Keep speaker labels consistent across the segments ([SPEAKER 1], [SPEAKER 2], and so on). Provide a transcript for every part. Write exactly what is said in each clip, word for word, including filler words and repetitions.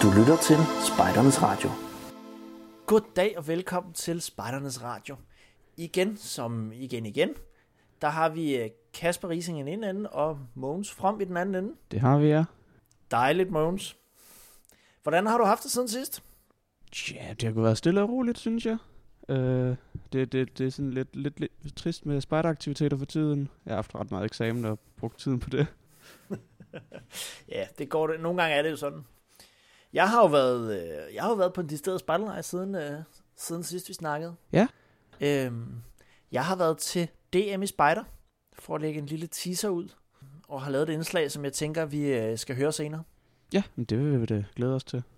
[SPEAKER 1] Du lytter til Spejdernes Radio. Goddag og velkommen til Spejdernes Radio. Igen, som igen igen, der har vi Kasper Rising i den ene ende og Mogens From i den anden ende.
[SPEAKER 2] Det har vi, ja.
[SPEAKER 1] Dejligt, Mogens. Hvordan har du haft det siden sidst?
[SPEAKER 2] Ja, det har gået stille og roligt, synes jeg. Øh, det, det, det er sådan lidt, lidt, lidt trist med spejderaktiviteter for tiden. Jeg har haft ret meget eksamen og brugt tiden på det.
[SPEAKER 1] Ja, det går det. Nogle gange er det jo sådan. Jeg har jo været, øh, jeg har jo været på en decideret spejderlejr siden, øh, siden sidst vi snakkede.
[SPEAKER 2] Ja.
[SPEAKER 1] Øhm, jeg har været til D M i spejder, for at lægge en lille teaser ud, og har lavet et indslag, som jeg tænker, vi øh, skal høre senere.
[SPEAKER 2] Ja, men det vil vi da glæde os til.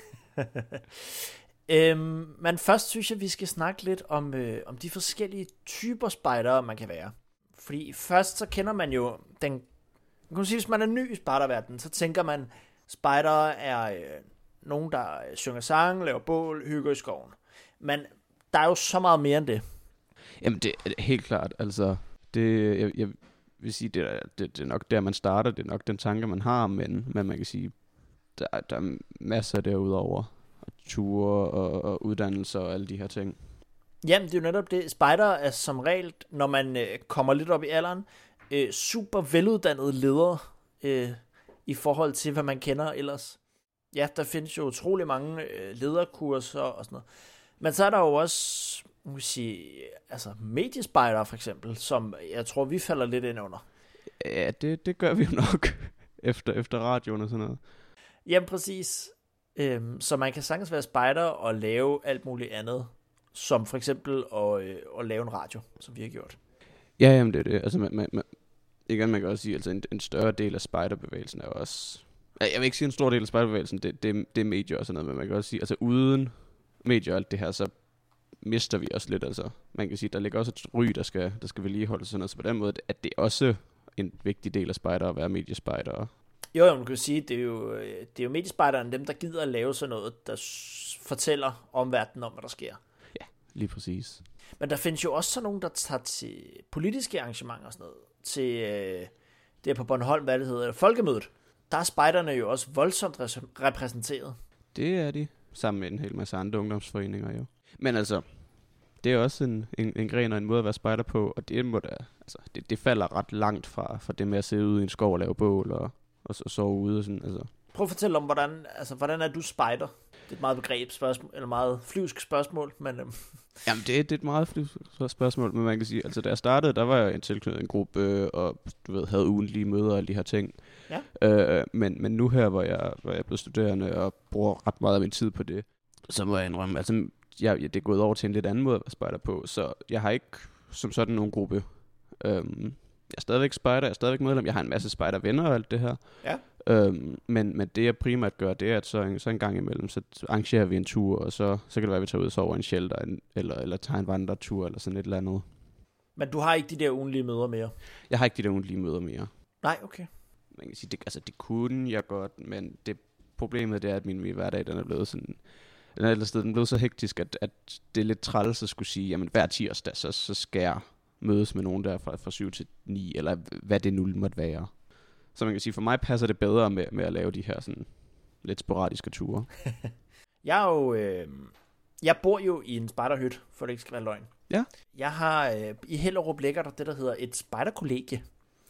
[SPEAKER 1] øhm, men først synes jeg, vi skal snakke lidt om, øh, om de forskellige typer spejdere, man kan være. Fordi først så kender man jo den, man kan sige, hvis man er ny i spejderverdenen, så tænker man, spejdere er øh, nogen, der synger sange, laver bål, hygger i skoven. Men der er jo så meget mere end det.
[SPEAKER 2] Jamen, det er helt klart. Altså, det, jeg, jeg vil sige, det er, det, det er nok der, man starter. Det er nok den tanke, man har, men, men man kan sige, der, der er masser derudover. Og ture og, og uddannelser og alle de her ting.
[SPEAKER 1] Jamen, det er jo netop det. Spejdere er som regel, når man øh, kommer lidt op i alderen, øh, super veluddannede ledere, øh, i forhold til, hvad man kender ellers. Ja, der findes jo utrolig mange øh, lederkurser og sådan noget. Men så er der jo også, må vi sige, altså mediespejdere for eksempel, som jeg tror, vi falder lidt ind under.
[SPEAKER 2] Ja, det, det gør vi jo nok, efter, efter radioen og sådan noget.
[SPEAKER 1] Jamen, præcis. Øhm, så man kan sagtens være spejder og lave alt muligt andet, som for eksempel at, øh, at lave en radio, som vi har gjort.
[SPEAKER 2] Ja, jamen det er det. Altså, man, man, man, igen, man kan også sige, altså en, en større del af spejderbevægelsen er jo også... Jeg vil ikke sige en stor del af spejderbevægelsen, det, det, det er medier og sådan noget, men man kan også sige, altså uden medier og alt det her, så mister vi også lidt, altså. Man kan sige, der ligger også et ry, der skal, der skal vedligeholdes sådan noget, så på den måde, at det er også en vigtig del af spejder at være mediespejder.
[SPEAKER 1] Jo, jo, man kan sige, det er jo, det er jo mediespejderne, dem der gider at lave sådan noget, der s- fortæller omverdenen om, hvad der sker.
[SPEAKER 2] Ja, lige præcis.
[SPEAKER 1] Men der findes jo også sådan nogen, der tager til politiske arrangementer og sådan noget. Til øh, det er på Bornholm, hvad det hedder, Folkemødet. Der er spejderne jo også voldsomt re- repræsenteret.
[SPEAKER 2] Det er de, sammen med en hel masse andre ungdomsforeninger jo. Men altså, det er også en, en, en gren og en måde at være spejder på, og det må da, altså, det, det falder ret langt fra, fra det med at sidde ude i en skov og lave bål og, og, og sove ude og sådan, altså.
[SPEAKER 1] Prøv at fortælle om, hvordan, altså, hvordan er du spejder? Det er et meget begreb spørgsmål, eller meget flyvsk spørgsmål, men... Øhm.
[SPEAKER 2] Jamen, det, det er et meget flyvsk spørgsmål, men man kan sige, altså da jeg startede, der var jeg en tilknyttet en gruppe, og du ved, havde ugentlige møder og alle de her ting.
[SPEAKER 1] Ja.
[SPEAKER 2] Øh, men, men nu her, hvor jeg, hvor jeg er blevet studerende og bruger ret meget af min tid på det, så må jeg indrømme, altså jeg, det er gået over til en lidt anden måde at være spejder på, så jeg har ikke som sådan nogen gruppe. Øhm, jeg er stadigvæk spejder, jeg er stadigvæk medlem, jeg har en masse spejdervenner og alt det her.
[SPEAKER 1] Ja.
[SPEAKER 2] Øhm, men, men det jeg primært gør, det er, at så en, så en gang imellem, så arrangerer vi en tur, og så, så kan det være, at vi tager ud og sover i en shelter, en, eller, eller tager en vandretur, eller sådan et eller andet.
[SPEAKER 1] Men du har ikke de der ugentlige møder mere?
[SPEAKER 2] Jeg har ikke de der ugentlige møder mere.
[SPEAKER 1] Nej, okay.
[SPEAKER 2] Man kan sige, det, altså det kunne jeg godt, men det problemet det er, at min, min hverdag, den er blevet sådan, den er, sted, den er blevet så hektisk, at, at det er lidt træls at skulle sige, jamen hver tirsdag, så, så skal jeg mødes med nogen der fra, fra syv til ni, eller hvad det nu måtte være. Så man kan sige, for mig passer det bedre med, med at lave de her sådan lidt sporadiske ture.
[SPEAKER 1] Jeg er jo, øh, jeg bor jo i en spejderhytte, for det ikke skal være løgn.
[SPEAKER 2] Ja.
[SPEAKER 1] Jeg har, øh, i Hellerup ligger der det, der hedder et spejderkollegie,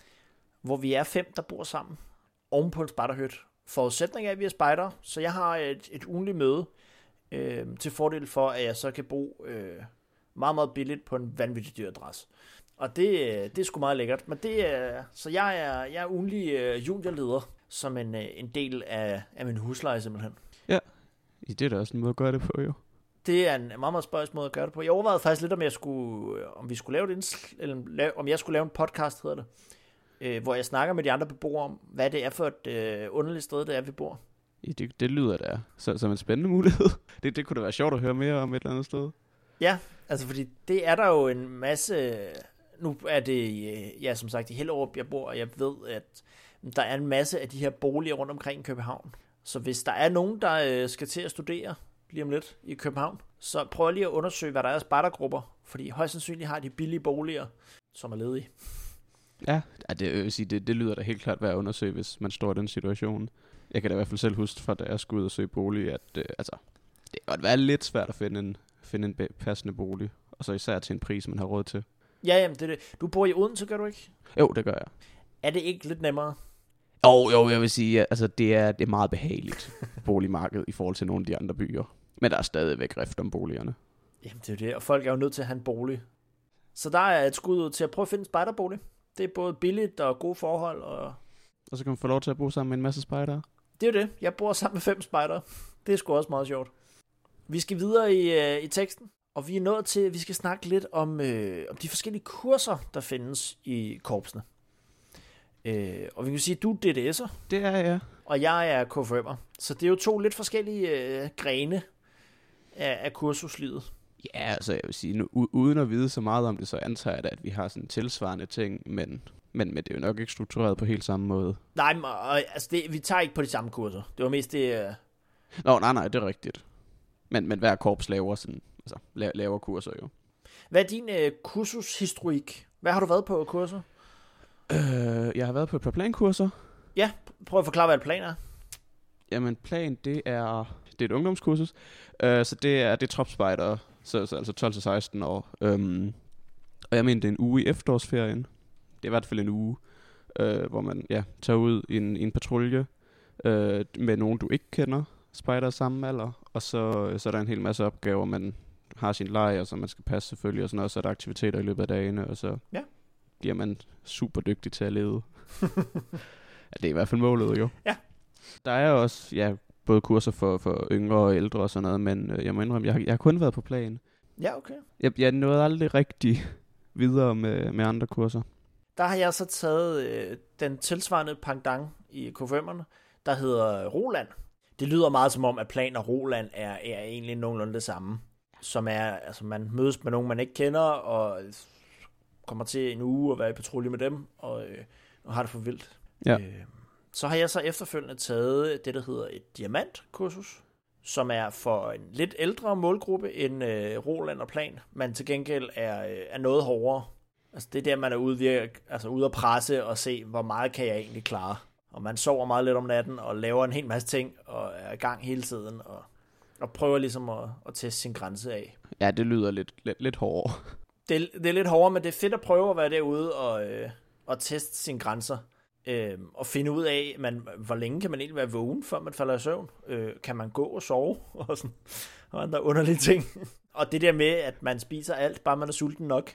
[SPEAKER 1] hvor vi er fem, der bor sammen, oven på en spejderhytte. Forudsætning er, at vi er spejdere, så jeg har et, et ugenligt møde, øh, til fordel for, at jeg så kan bo øh, meget, meget billigt på en vanvittig dyr adresse. Og det, det er sgu meget lækkert. Men det er, så jeg er, jeg er ugenlig øh, juniorleder, som en, øh, en del af, af min husleje simpelthen.
[SPEAKER 2] Ja, det er da også en måde at gøre det på, jo.
[SPEAKER 1] Det er en meget, meget spøjs måde at gøre det på. Jeg overvejede faktisk lidt, om jeg skulle, om vi skulle lave det, eller om jeg skulle lave en podcast, hedder det, øh, hvor jeg snakker med de andre beboere om, hvad det er for et øh, underligt sted, det er, vi bor.
[SPEAKER 2] Ja, det, det lyder da så, som en spændende mulighed. det, det kunne da være sjovt at høre mere om et eller andet sted.
[SPEAKER 1] Ja, altså fordi det er der jo en masse... Nu er det, ja, som sagt, i Hellerup, jeg bor, og jeg ved, at der er en masse af de her boliger rundt omkring i København. Så hvis der er nogen, der skal til at studere lige om lidt i København, så prøv lige at undersøge, hvad der er af spejdergrupper, fordi højst sandsynligt har de billige boliger, som er ledige.
[SPEAKER 2] Ja, det, jeg vil sige, det, det lyder da helt klart værd at undersøge, hvis man står i den situation. jeg kan da i hvert fald selv huske fra, da jeg skulle ud og søge bolig, at øh, altså, det kan godt være lidt svært at finde en, finde en passende bolig. Og så især til en pris, man har råd til.
[SPEAKER 1] Ja, jamen, det er det. Du bor i Odense, gør du ikke?
[SPEAKER 2] Jo, det gør jeg.
[SPEAKER 1] Er det ikke lidt nemmere?
[SPEAKER 2] Jo, jo, jeg vil sige, altså det er, det er meget behageligt boligmarked i forhold til nogle af de andre byer. Men der er stadigvæk rift om boligerne.
[SPEAKER 1] Jamen, det er jo det, og folk er jo nødt til at have en bolig. Så der er et skud ud til at prøve at finde en spejderbolig. Det er både billigt og gode forhold. Og,
[SPEAKER 2] og så kan man få lov til at bo sammen med en masse spejdere.
[SPEAKER 1] Det er jo det. Jeg bor sammen med fem spejdere. Det er sgu også meget sjovt. Vi skal videre i, øh, i teksten, og vi er nået til, at vi skal snakke lidt om, øh, om de forskellige kurser, der findes i korpsene. Øh, og vi kan sige, at du er D D S'er.
[SPEAKER 2] Det er jeg.
[SPEAKER 1] Og jeg er K F M'er. Så det er jo to lidt forskellige øh, grene af, af kursuslivet.
[SPEAKER 2] Ja, altså jeg vil sige, nu, uden at vide så meget om det, så antager jeg da, at vi har sådan tilsvarende ting, men, men, men det er jo nok ikke struktureret på helt samme måde.
[SPEAKER 1] Nej, men, altså det, vi tager ikke på de samme kurser. Det var mest det... Øh...
[SPEAKER 2] Nå, nej, nej, det er rigtigt. Men, men hver korps laver, sådan, altså, laver kurser jo.
[SPEAKER 1] Hvad er din øh, kursushistorik? Hvad har du været på kurser?
[SPEAKER 2] Øh, jeg har været på et par plankurser.
[SPEAKER 1] Ja, prøv at forklare, hvad et plan er.
[SPEAKER 2] Jamen, plan, det er, det er et ungdomskursus. Øh, så det er, det er tropspejder, så, så, altså tolv til seksten år. Øhm, og jeg mener, det er en uge i efterårsferien. Det er i hvert fald en uge, øh, hvor man ja, tager ud i en, i en patrulje øh, med nogen, du ikke kender. Spejder samme alder. Og så, så er der en hel masse opgaver, man har sin lejr, som man skal passe selvfølgelig. Og sådan noget, så er der aktiviteter i løbet af dagene, og så...
[SPEAKER 1] Ja.
[SPEAKER 2] bliver man super dygtig til at lede. Ja, det er i hvert fald målet jo.
[SPEAKER 1] Ja.
[SPEAKER 2] Der er også ja, både kurser for, for yngre og ældre og sådan noget, men øh, jeg må indrømme, jeg har, jeg har kun været på plan.
[SPEAKER 1] Ja, okay.
[SPEAKER 2] Jeg, jeg nåede aldrig rigtig videre med, med andre kurser.
[SPEAKER 1] Der har jeg så taget øh, den tilsvarende pendant i K F M'erne, der hedder Roland. Det lyder meget som om, at plan og Roland er, er egentlig nogenlunde det samme. Som er, altså man mødes med nogen, man ikke kender, og kommer til en uge og være i patrulje med dem, og, øh, og har det for vildt.
[SPEAKER 2] Ja.
[SPEAKER 1] Øh, så har jeg så efterfølgende taget det, der hedder et diamantkursus, som er for en lidt ældre målgruppe end øh, Roland og Plan, men til gengæld er, øh, er noget hårdere. Altså det er der, man er ude, virke, altså ude at presse og se, hvor meget kan jeg egentlig klare. Og man sover meget lidt om natten og laver en hel masse ting og er i gang hele tiden og, og prøver ligesom at, at teste sin grænse af.
[SPEAKER 2] Ja, det lyder lidt, lidt, lidt hårdere.
[SPEAKER 1] Det, det er lidt hårdere, men det er fedt at prøve at være derude og, øh, og teste sine grænser. Øh, og finde ud af, man, hvor længe kan man egentlig være vågen, før man falder i søvn. Øh, kan man gå og sove? Og, sådan, og andre underlige ting. Og det der med, at man spiser alt, bare man er sulten nok,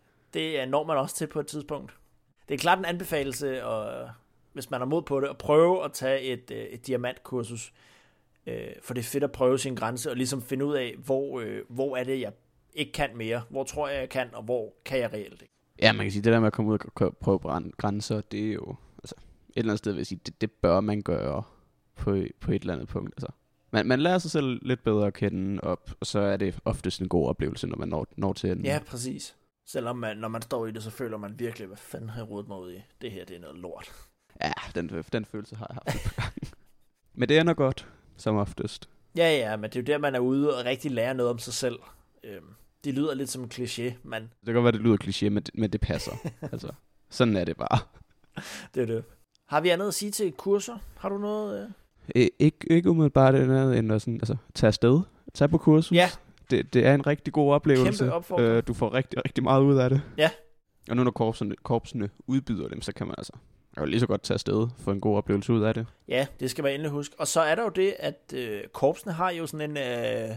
[SPEAKER 1] det når man også til på et tidspunkt. Det er klart en anbefalelse, og, hvis man er mod på det, at prøve at tage et, et diamantkursus. Øh, for det er fedt at prøve sin grænse, og ligesom finde ud af, hvor, øh, hvor er det, jeg ikke kan mere. Hvor tror jeg, jeg kan, og hvor kan jeg reelt ikke.
[SPEAKER 2] Ja, man kan sige, det der med at komme ud og prøve at brænde grænser, det er jo, altså, et eller andet sted vil jeg sige, det, det bør man gøre på, på et eller andet punkt. Altså. Man, man lærer sig selv lidt bedre at kende op, og så er det oftest en god oplevelse, når man når, når til enden.
[SPEAKER 1] Ja, præcis. Selvom man, når man står i det, så føler man virkelig, hvad fanden har jeg rodet mig ud i? Det her, det er noget lort.
[SPEAKER 2] Ja, den, den følelse har jeg haft et par gange. Men det ender godt, som oftest.
[SPEAKER 1] Ja, ja, men det er jo der, man er ude og rigtig lære noget om sig selv. Øhm, det lyder lidt som en kliché, men...
[SPEAKER 2] Det kan godt være, det lyder kliché, men, men det passer. Altså, sådan er det bare.
[SPEAKER 1] Det er det. Har vi andet at sige til kurser? Har du noget... Øh...
[SPEAKER 2] Æ, ikke, ikke umiddelbart andet end at sådan, altså, tage afsted. Tage på kursus.
[SPEAKER 1] Ja.
[SPEAKER 2] Det, det er en rigtig god oplevelse.
[SPEAKER 1] Kæmpe opfordring.
[SPEAKER 2] Øh, du får rigtig, rigtig meget ud af det.
[SPEAKER 1] Ja.
[SPEAKER 2] Og nu når korpsene, korpsene udbyder dem, så kan man altså... Jeg vil lige så godt tage afsted for en god oplevelse ud af det.
[SPEAKER 1] Ja, det skal man endelig huske. Og så er der jo det, at øh, korpsene har jo sådan en øh,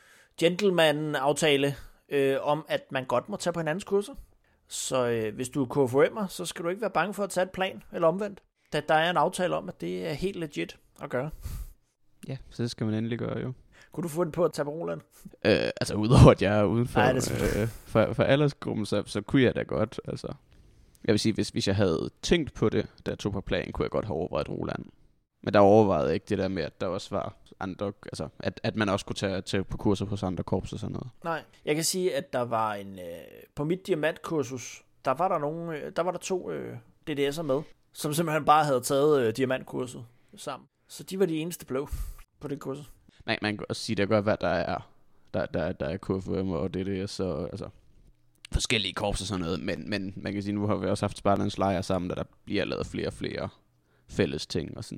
[SPEAKER 1] gentleman-aftale øh, om, at man godt må tage på hinandens kurser. Så øh, hvis du er K F M'er, så skal du ikke være bange for at tage et plan, eller omvendt. Da der er en aftale om, at det er helt legit at gøre.
[SPEAKER 2] Ja, så det skal man endelig gøre jo.
[SPEAKER 1] Kunne du få den på at tage på Roland?
[SPEAKER 2] Øh, altså udover at jeg er uden for,
[SPEAKER 1] Nej, det
[SPEAKER 2] øh, for, for aldersgruppen, så, så kunne jeg da godt, altså... Jeg vil sige, hvis, hvis jeg havde tænkt på det, da jeg tog på plan, kunne jeg godt have overvejet Roland. Men der overvejede ikke det der med, at der også var andre, altså at, at man også kunne tage, tage på kurser hos andre korps og sådan noget.
[SPEAKER 1] Nej, jeg kan sige, at der var en, øh, på mit diamantkursus, der var der nogen, øh, der var der to øh, D D S'er med, som simpelthen bare havde taget øh, diamantkurset sammen. Så de var de eneste blå på det kursus.
[SPEAKER 2] Man, man kan også sige, det kan godt være, der er, der, der, der er K F M og D D S og altså... forskellige korps og sådan noget, men, men man kan sige, nu har vi også haft spejdernes lejre sammen, der der bliver lavet flere og flere fælles ting og sådan.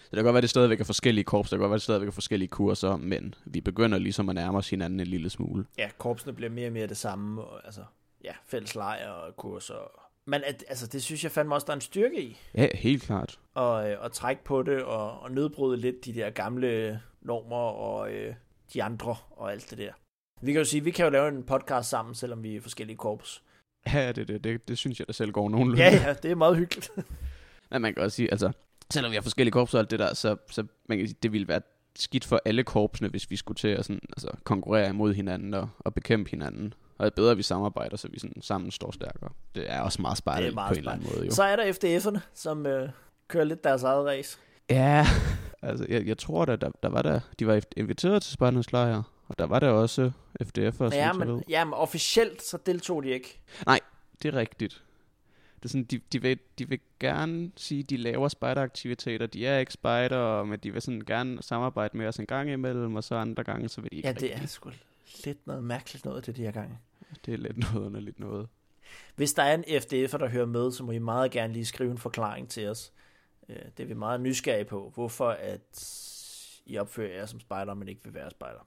[SPEAKER 2] Så det kan godt være, det stadigvæk er forskellige korps, det kan godt være, det stadigvæk er forskellige kurser, men vi begynder ligesom at nærme os hinanden en lille smule.
[SPEAKER 1] Ja, korpsene bliver mere og mere det samme, og, altså, ja, fælles lejr og kurser. Men at, altså, det synes jeg fandme også, der er en styrke i.
[SPEAKER 2] Ja, helt klart.
[SPEAKER 1] Og, øh, og trække på det, og, og nedbryde lidt de der gamle normer, og øh, de andre, og alt det der. Vi kan jo sige, vi kan jo lave en podcast sammen, selvom vi er forskellige korps.
[SPEAKER 2] Ja, det, det, det, det synes jeg da selv går nogenlunde.
[SPEAKER 1] Ja, ja, det er meget hyggeligt.
[SPEAKER 2] Men man kan også sige, altså, selvom vi har forskellige korps og alt det der, så, så man kan sige, det ville være skidt for alle korpsene, hvis vi skulle til at sådan, altså, konkurrere imod hinanden og, og bekæmpe hinanden. Og det er bedre, at vi samarbejder, så vi sådan, sammen står stærkere. Det er også meget spejlet på en eller anden måde. Jo.
[SPEAKER 1] Så er der F D F'erne, som øh, kører lidt deres eget race.
[SPEAKER 2] Ja, altså jeg, jeg tror da, der, der var der, de var inviteret til Spejdernes Lejr, og der var der også F D F'er.
[SPEAKER 1] Ja, men, ja, men officielt så deltog de ikke.
[SPEAKER 2] Nej, det er rigtigt. Det er sådan, de, de, vil, de vil gerne sige, at de laver spejderaktiviteter. De er ikke spejder, men de vil sådan gerne samarbejde med os en gang imellem, og så andre gange, så vil de ikke
[SPEAKER 1] Ja, det
[SPEAKER 2] rigtig.
[SPEAKER 1] er sgu lidt noget mærkeligt noget, det de her gange.
[SPEAKER 2] Det er lidt noget underligt noget.
[SPEAKER 1] Hvis der er en F D F'er, der hører med, så må I meget gerne lige skrive en forklaring til os. Det er vi meget nysgerrige på, hvorfor at I opfører jer som spejder, men ikke vil være spejder.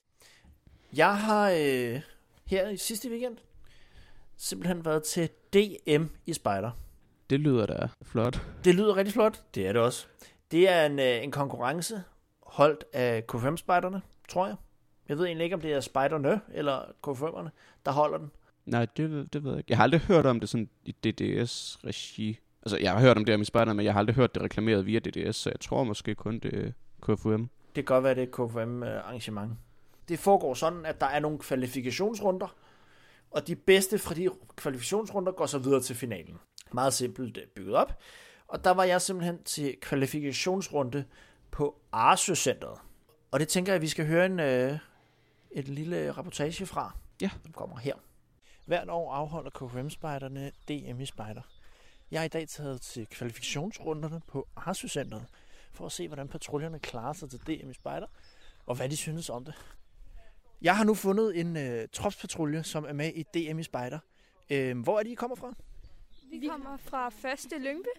[SPEAKER 1] Jeg har øh, her i sidste weekend simpelthen været til D M i spejder.
[SPEAKER 2] Det lyder da flot.
[SPEAKER 1] Det lyder rigtig flot. Det er det også. Det er en, øh, en konkurrence holdt af K fem-spejderne, tror jeg. Jeg ved egentlig ikke, om det er spejderne eller K fem'erne, der holder den.
[SPEAKER 2] Nej, det, det ved jeg ikke. Jeg har aldrig hørt om det sådan i D D S-regi. Altså, jeg har hørt om det her med spejderne, men jeg har aldrig hørt det reklameret via D D S, så jeg tror måske kun det er K F U M.
[SPEAKER 1] Det kan godt være, det er K F U M-arrangement. Det foregår sådan, at der er nogle kvalifikationsrunder, og de bedste fra de kvalifikationsrunder går så videre til finalen. Meget simpelt bygget op. Og der var jeg simpelthen til kvalifikationsrunde på Arsø-centret. Og det tænker jeg, at vi skal høre en, øh, et lille reportage fra.
[SPEAKER 2] Ja.
[SPEAKER 1] Som kommer her. Hvert år afholder K F U M-spejderne D M i spejder. Jeg er i dag taget til kvalifikationsrunderne på Arsø-centret, for at se, hvordan patruljerne klarer sig til D M i spejder, og hvad de synes om det. Jeg har nu fundet en øh, tropspatrulje, som er med i D M i spejder. Øh, hvor er de, I kommer fra?
[SPEAKER 3] Vi kommer fra første Lyngby.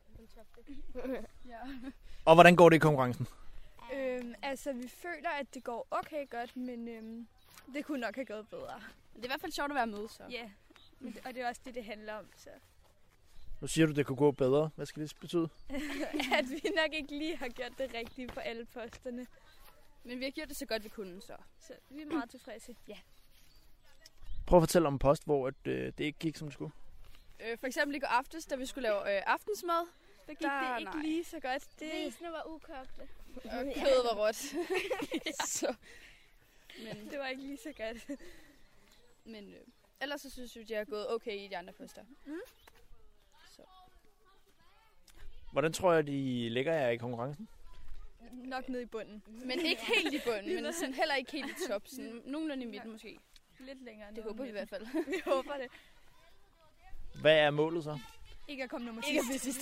[SPEAKER 1] Ja. Og hvordan går det i konkurrencen?
[SPEAKER 3] Øhm, altså, vi føler, at det går okay godt, men øhm, det kunne nok have gået bedre.
[SPEAKER 4] Det er i hvert fald sjovt at være med, så.
[SPEAKER 3] Ja, yeah. Og det er også det, det handler om. Så.
[SPEAKER 1] Nu siger du, det kunne gå bedre. Hvad skal det betyde?
[SPEAKER 3] At vi nok ikke lige har gjort det rigtige på alle posterne.
[SPEAKER 4] Men vi har gjort det så godt, vi kunne, så.
[SPEAKER 3] Så vi er meget tilfredse.
[SPEAKER 4] Ja.
[SPEAKER 1] Prøv at fortælle om en post, hvor at, øh, det ikke gik, som det skulle.
[SPEAKER 4] Øh, for eksempel i går aftes, da vi skulle lave øh, aftensmad.
[SPEAKER 3] Der gik der, det ikke nej. lige så godt. Det...
[SPEAKER 5] Risene var ukogte.
[SPEAKER 4] Og kødet var råt. så.
[SPEAKER 3] Men det var ikke lige så godt.
[SPEAKER 4] Men øh, ellers så synes vi, at det er gået okay i de andre poster. Mm.
[SPEAKER 1] Så. Hvordan tror jeg, de ligger jer i konkurrencen?
[SPEAKER 3] Nok nede i bunden.
[SPEAKER 4] Men ikke helt i bunden, men sådan heller ikke helt i top. Sådan nogenlunde i midten måske.
[SPEAKER 3] Lidt længere.
[SPEAKER 4] Det håber vi i hvert fald.
[SPEAKER 3] Vi håber det.
[SPEAKER 1] Hvad er målet så?
[SPEAKER 3] Ikke at komme nummer
[SPEAKER 4] sidst. Ikke at blive sidst.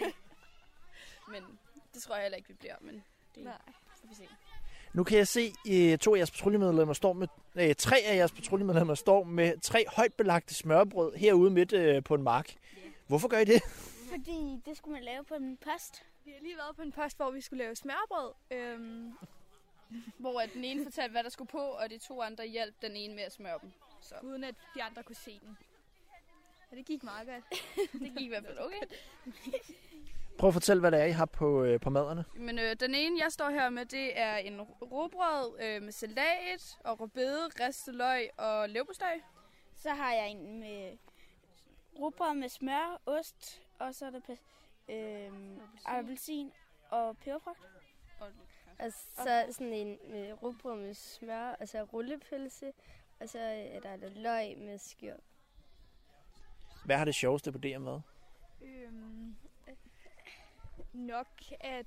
[SPEAKER 4] Men det tror jeg heller ikke, vi bliver. Men det
[SPEAKER 3] Nej.
[SPEAKER 4] får vi se.
[SPEAKER 1] Nu kan jeg se, at to af jeres patruljemedlemmer står med, øh, tre af jeres patruljemedlemmer står med tre højt belagte smørbrød herude midt øh, på en mark. Yeah. Hvorfor gør I det?
[SPEAKER 5] Fordi det skulle man lave på en post.
[SPEAKER 3] Vi har lige været på en post, hvor vi skulle lave smørbrød. Øhm,
[SPEAKER 4] hvor at den ene fortalte, hvad der skulle på, og de to andre hjalp den ene med at smøre dem.
[SPEAKER 3] Så. Uden at de andre kunne se den. Ja, det gik meget godt.
[SPEAKER 4] Det gik i hvert fald okay.
[SPEAKER 1] Prøv at fortælle, hvad det er, I har på, øh, på maderne.
[SPEAKER 4] Men øh, den ene, jeg står her med, det er en rugbrød øh, med salat og rødbede, ristet løg og leverpostej.
[SPEAKER 5] Så har jeg en med rugbrød med smør, ost, og så er der øh, appelsin og peberfrugt.
[SPEAKER 6] Og så sådan en med rugbrød med smør, og så rullepølse, og så er der lidt løg med skyr.
[SPEAKER 1] Hvad har det sjoveste på D M været?
[SPEAKER 3] Øhm, nok at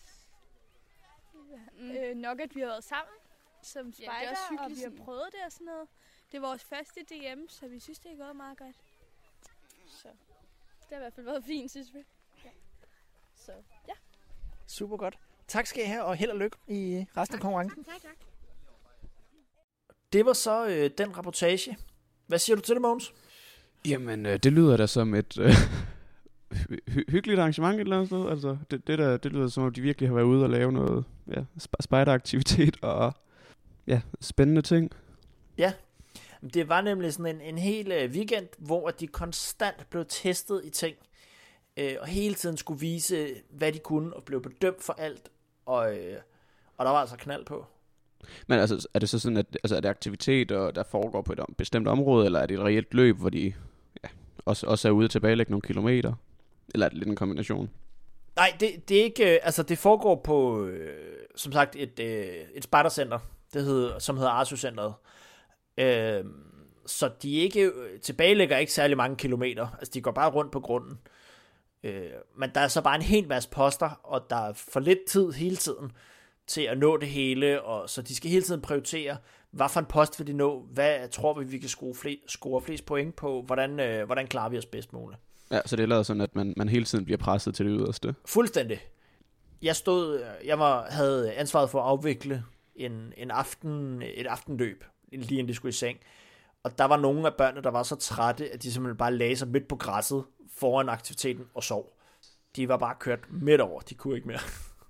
[SPEAKER 3] mm. øh, nok at vi har været sammen som spejder, ja, og vi har prøvet det og sådan noget. Det er vores første D M, så vi synes, det er gået meget godt.
[SPEAKER 4] Så det har i hvert fald været fint, synes vi. Ja. Så ja.
[SPEAKER 1] Super godt. Tak skal I have, og held og lykke i resten af konkurrencen.
[SPEAKER 5] Tak, tak.
[SPEAKER 1] Det var så øh, den reportage. Hvad siger du til det, Mogens?
[SPEAKER 2] Jamen, øh, det lyder da som et, øh, hy- hyggeligt arrangement et eller andet sted. Altså, det, det, der, det lyder som om, de virkelig har været ude og lave noget ja, sp- spejderaktivitet og ja, spændende ting.
[SPEAKER 1] Ja, det var nemlig sådan en, en hel weekend, hvor de konstant blev testet i ting, øh, og hele tiden skulle vise, hvad de kunne, og blev bedømt for alt, og, øh, og der var altså knald på.
[SPEAKER 2] Men altså, er det så sådan, at altså, er det aktiviteter, der foregår på et bestemt område, eller er det et reelt løb, hvor de ja, også, også er ude og tilbagelægge nogle kilometer? Eller er det lidt en kombination?
[SPEAKER 1] Nej, det, det er ikke, øh, altså det foregår på, øh, som sagt, et, øh, et spejdercenter, det hedder, som hedder Arsu-centret. Øh, så de ikke tilbagelægger ikke særlig mange kilometer, altså de går bare rundt på grunden. Øh, men der er så bare en hel masse poster, og der er for lidt tid hele tiden til at nå det hele, og så de skal hele tiden prioritere, hvad for en post vil de nå, hvad tror vi, vi kan score, fle- score flest point på, hvordan, øh, hvordan klarer vi os bedst muligt.
[SPEAKER 2] Ja, så det er lavet sådan, at man, man hele tiden bliver presset til det yderste.
[SPEAKER 1] Fuldstændig. Jeg stod, jeg var, havde ansvaret for at afvikle en, en aften, et aftenløb, lige inden de skulle i seng. Og der var nogle af børnene, der var så trætte, at de simpelthen bare lagde sig midt på græsset foran aktiviteten og sov. De var bare kørt midt over, de kunne ikke mere.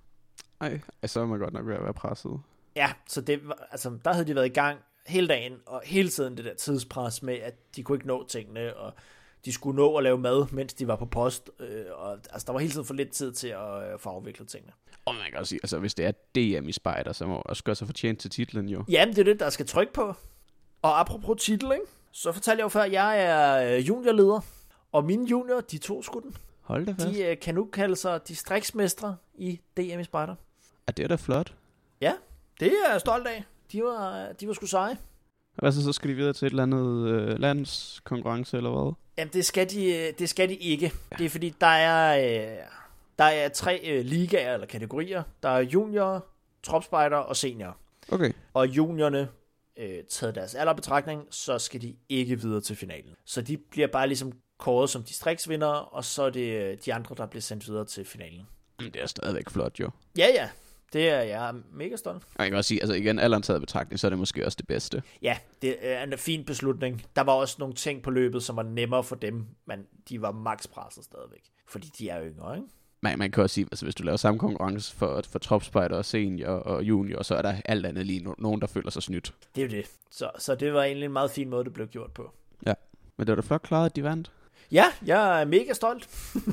[SPEAKER 2] Ej, så er man godt nok ved at være presset.
[SPEAKER 1] Ja, så det var, altså, der havde de været i gang hele dagen, og hele tiden det der tidspres med, at de kunne ikke nå tingene, og de skulle nå at lave mad, mens de var på post, øh, og altså, der var hele tiden for lidt tid til at øh, få afviklet tingene.
[SPEAKER 2] Og man kan også sige, altså hvis det er D M i spejder, så må man også gøre sig fortjent til titlen jo.
[SPEAKER 1] Jamen, det er det, der skal trykke på. Og apropos titel, ikke? Så fortalte jeg jo før, at jeg er juniorleder, og mine junior, de to sgu den.
[SPEAKER 2] Hold da fast.
[SPEAKER 1] De øh, kan nu kalde sig distriktsmestre i D M i spejder.
[SPEAKER 2] Ja, det er da flot.
[SPEAKER 1] Ja, det er jeg stolt af. De var, de var sgu seje.
[SPEAKER 2] Hvad så, så skal de videre til et eller andet øh, landskonkurrence eller hvad?
[SPEAKER 1] Jamen, det skal de, det skal de ikke. Det er fordi, der er, øh, der er tre øh, ligaer eller kategorier. Der er junior, tropspejder og senior.
[SPEAKER 2] Okay.
[SPEAKER 1] Og juniorne, øh, taget deres alderbetragtning, så skal de ikke videre til finalen. Så de bliver bare ligesom kåret som distriktsvindere, og så er det de andre, der bliver sendt videre til finalen.
[SPEAKER 2] Det er stadigvæk flot jo.
[SPEAKER 1] Ja, ja. Det er jeg mega stolt.
[SPEAKER 2] Og jeg kan også sige, altså igen, alderen taget betragtning, så er det måske også det bedste.
[SPEAKER 1] Ja, det er en fin beslutning. Der var også nogle ting på løbet, som var nemmere for dem, men de var max presset stadigvæk. Fordi de er yngre, ikke?
[SPEAKER 2] Man, man kan også sige, altså hvis du laver samme konkurrence for, for tropspejder og senior og junior, så er der alt andet lige no- nogen, der føler sig snydt.
[SPEAKER 1] Det er jo det. Så, så det var egentlig en meget fin måde, det blev gjort på.
[SPEAKER 2] Ja, men det var da flot klaret, at de vandt.
[SPEAKER 1] Ja, jeg er mega stolt.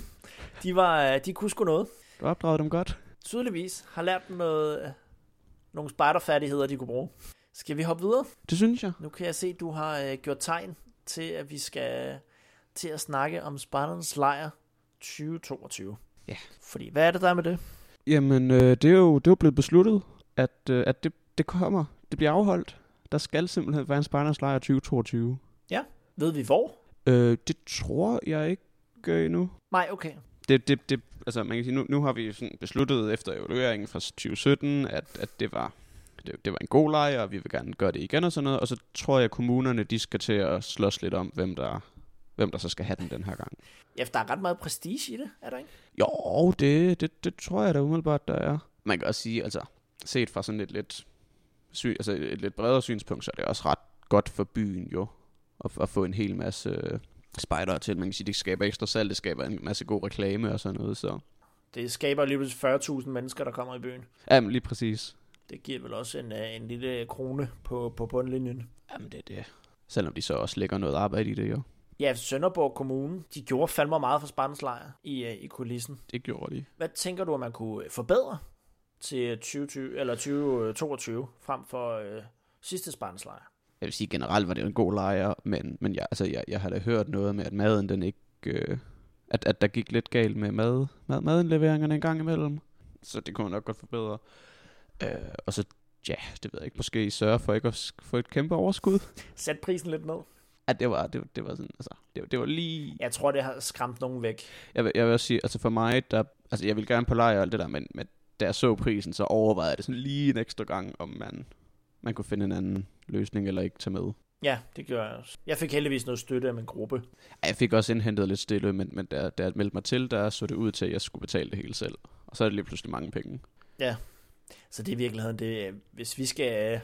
[SPEAKER 1] de, var, de kunne sgu noget.
[SPEAKER 2] Du opdragede dem godt.
[SPEAKER 1] Tydeligvis har lært dem noget, nogle spejderfærdigheder, de kunne bruge. Skal vi hoppe videre?
[SPEAKER 2] Det synes jeg.
[SPEAKER 1] Nu kan jeg se, at du har øh, gjort tegn til, at vi skal til at snakke om Spejdernes Lejr tyve toogtyve.
[SPEAKER 2] Ja.
[SPEAKER 1] Fordi, hvad er det der med det?
[SPEAKER 2] Jamen, øh, det, er jo, det er jo blevet besluttet, at, øh, at det, det kommer. Det bliver afholdt. Der skal simpelthen være en Spejdernes Lejr tyve toogtyve.
[SPEAKER 1] Ja, ved vi hvor?
[SPEAKER 2] Øh, det tror jeg ikke øh, endnu.
[SPEAKER 1] Nej, okay.
[SPEAKER 2] Det, det, det, altså man kan sige, nu, nu har vi sådan besluttet efter evalueringen fra tyve sytten, at, at det, var, det, det var en god lejr, og vi vil gerne gøre det igen og sådan noget. Og så tror jeg, at kommunerne de skal til at slås lidt om, hvem der, hvem der så skal have den den her gang.
[SPEAKER 1] Ja, for der er ret meget prestige i det, er der ikke?
[SPEAKER 2] Jo, det, det, det tror jeg da umiddelbart, der er. Man kan også sige, altså set fra sådan et lidt, sy, altså et lidt bredere synspunkt, så er det også ret godt for byen jo, at, at få en hel masse spejdere til. Man kan sige, det skaber ekstra salg, det skaber en masse god reklame og sådan noget, så...
[SPEAKER 1] Det skaber lige pludselig fyrre tusind mennesker, der kommer i byen.
[SPEAKER 2] Jamen, lige præcis.
[SPEAKER 1] Det giver vel også en, en lille krone på, på bundlinjen.
[SPEAKER 2] Jamen, det er det. Selvom de så også lægger noget arbejde i det, jo.
[SPEAKER 1] Ja, Sønderborg Kommune, de gjorde fandme meget for Spejdernes Lejr i, i kulissen.
[SPEAKER 2] Det gjorde de.
[SPEAKER 1] Hvad tænker du, at man kunne forbedre til tyve tyve, eller tyve toogtyve frem for øh, sidste Spejdernes Lejr?
[SPEAKER 2] Jeg vil sige, generelt var det en god lejr, men, men jeg, altså, jeg, jeg har da hørt noget med, at maden den ikke... Øh, at, at der gik lidt galt med mad, mad, madindleveringerne en gang imellem. Så det kunne man nok godt forbedre. Øh, og så, ja, det ved jeg ikke, måske sørge for ikke at få et kæmpe overskud.
[SPEAKER 1] Sæt prisen lidt ned.
[SPEAKER 2] Ja, det var, det, det var sådan, altså, det, det var lige...
[SPEAKER 1] Jeg tror, det har skræmt nogen væk.
[SPEAKER 2] Jeg vil, jeg vil også sige, altså for mig, der, altså jeg vil gerne på lejr og alt det der, men, men da jeg så prisen, så overvejede jeg det sådan lige en ekstra gang, om man, man kunne finde en anden løsning eller ikke tage med.
[SPEAKER 1] Ja, det gjorde jeg også. Jeg fik heldigvis noget støtte af min gruppe.
[SPEAKER 2] Ja, jeg fik også indhentet lidt stille, men, men da, da jeg meldte mig til, der så det ud til, at jeg skulle betale det hele selv. Og så er det lige pludselig mange penge.
[SPEAKER 1] Ja, så det er i virkeligheden det, hvis vi skal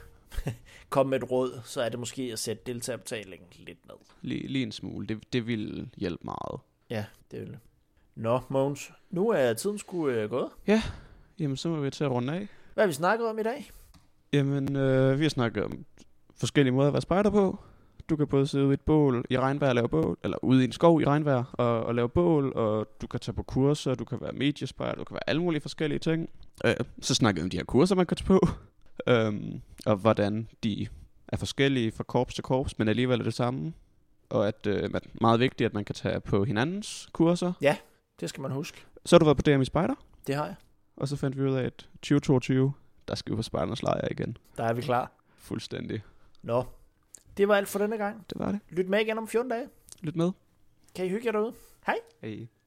[SPEAKER 1] komme med et råd, så er det måske at sætte deltagerbetalingen lidt ned.
[SPEAKER 2] Lige, lige en smule. Det, det ville hjælpe meget.
[SPEAKER 1] Ja, det vil det. Nå, Mogens, nu er tiden sgu øh, gået.
[SPEAKER 2] Ja, jamen så må vi til at runde af.
[SPEAKER 1] Hvad har vi snakket om i dag?
[SPEAKER 2] Jamen, øh, vi har snakket om forskellige måder at være spejder på. Du kan både sidde ude i et bål i regnvejr og lave bål, eller ude i en skov i regnvejr og, og lave bål, og du kan tage på kurser, du kan være mediespejder, du kan være alle mulige forskellige ting. Øh, så snakkede vi om de her kurser, man kan tage på, øhm, og hvordan de er forskellige fra korps til korps, men alligevel er det samme. Og at det øh, er meget vigtigt, at man kan tage på hinandens kurser.
[SPEAKER 1] Ja, det skal man huske.
[SPEAKER 2] Så har du været på D M i Spejder.
[SPEAKER 1] Det har jeg.
[SPEAKER 2] Og så fandt vi ud af, at tyve toogtyve, der skal vi på Spejdernes lejr igen.
[SPEAKER 1] Der er vi klar.
[SPEAKER 2] Fuldstændig.
[SPEAKER 1] Nå, det var alt for denne gang.
[SPEAKER 2] Det var det.
[SPEAKER 1] Lyt med igen om fjorten dage.
[SPEAKER 2] Lyt med.
[SPEAKER 1] Kan I hygge jer derude? Hej.
[SPEAKER 2] Hej.